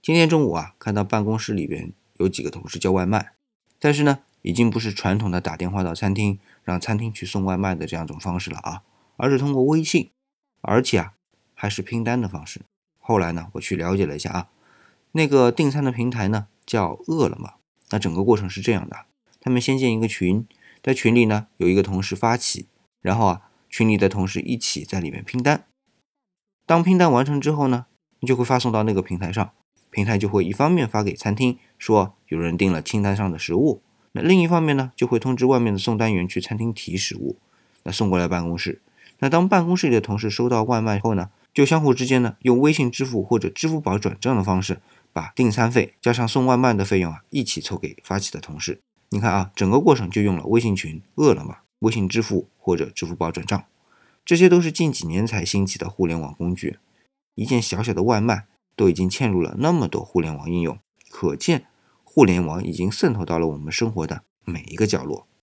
今天中午看到办公室里边有几个同事叫外卖，但是呢，已经不是传统的打电话到餐厅，让餐厅去送外卖的这样一种方式了而是通过微信，而且还是拼单的方式。后来呢，我去了解了一下那个订餐的平台呢叫饿了么。那整个过程是这样的，他们先建一个群，在群里呢有一个同事发起，然后群里的同事一起在里面拼单。当拼单完成之后呢，你就会发送到那个平台上，平台就会一方面发给餐厅说有人订了清单上的食物，那另一方面呢就会通知外面的送单员去餐厅提食物，那送过来办公室。那当办公室里的同事收到外卖后呢，就相互之间呢用微信支付或者支付宝转账的方式，把订餐费加上送外卖的费用一起凑给发起的同事。你看整个过程就用了微信群、饿了么、微信支付或者支付宝转账，这些都是近几年才兴起的互联网工具。一件小小的外卖都已经嵌入了那么多互联网应用，可见互联网已经渗透到了我们生活的每一个角落。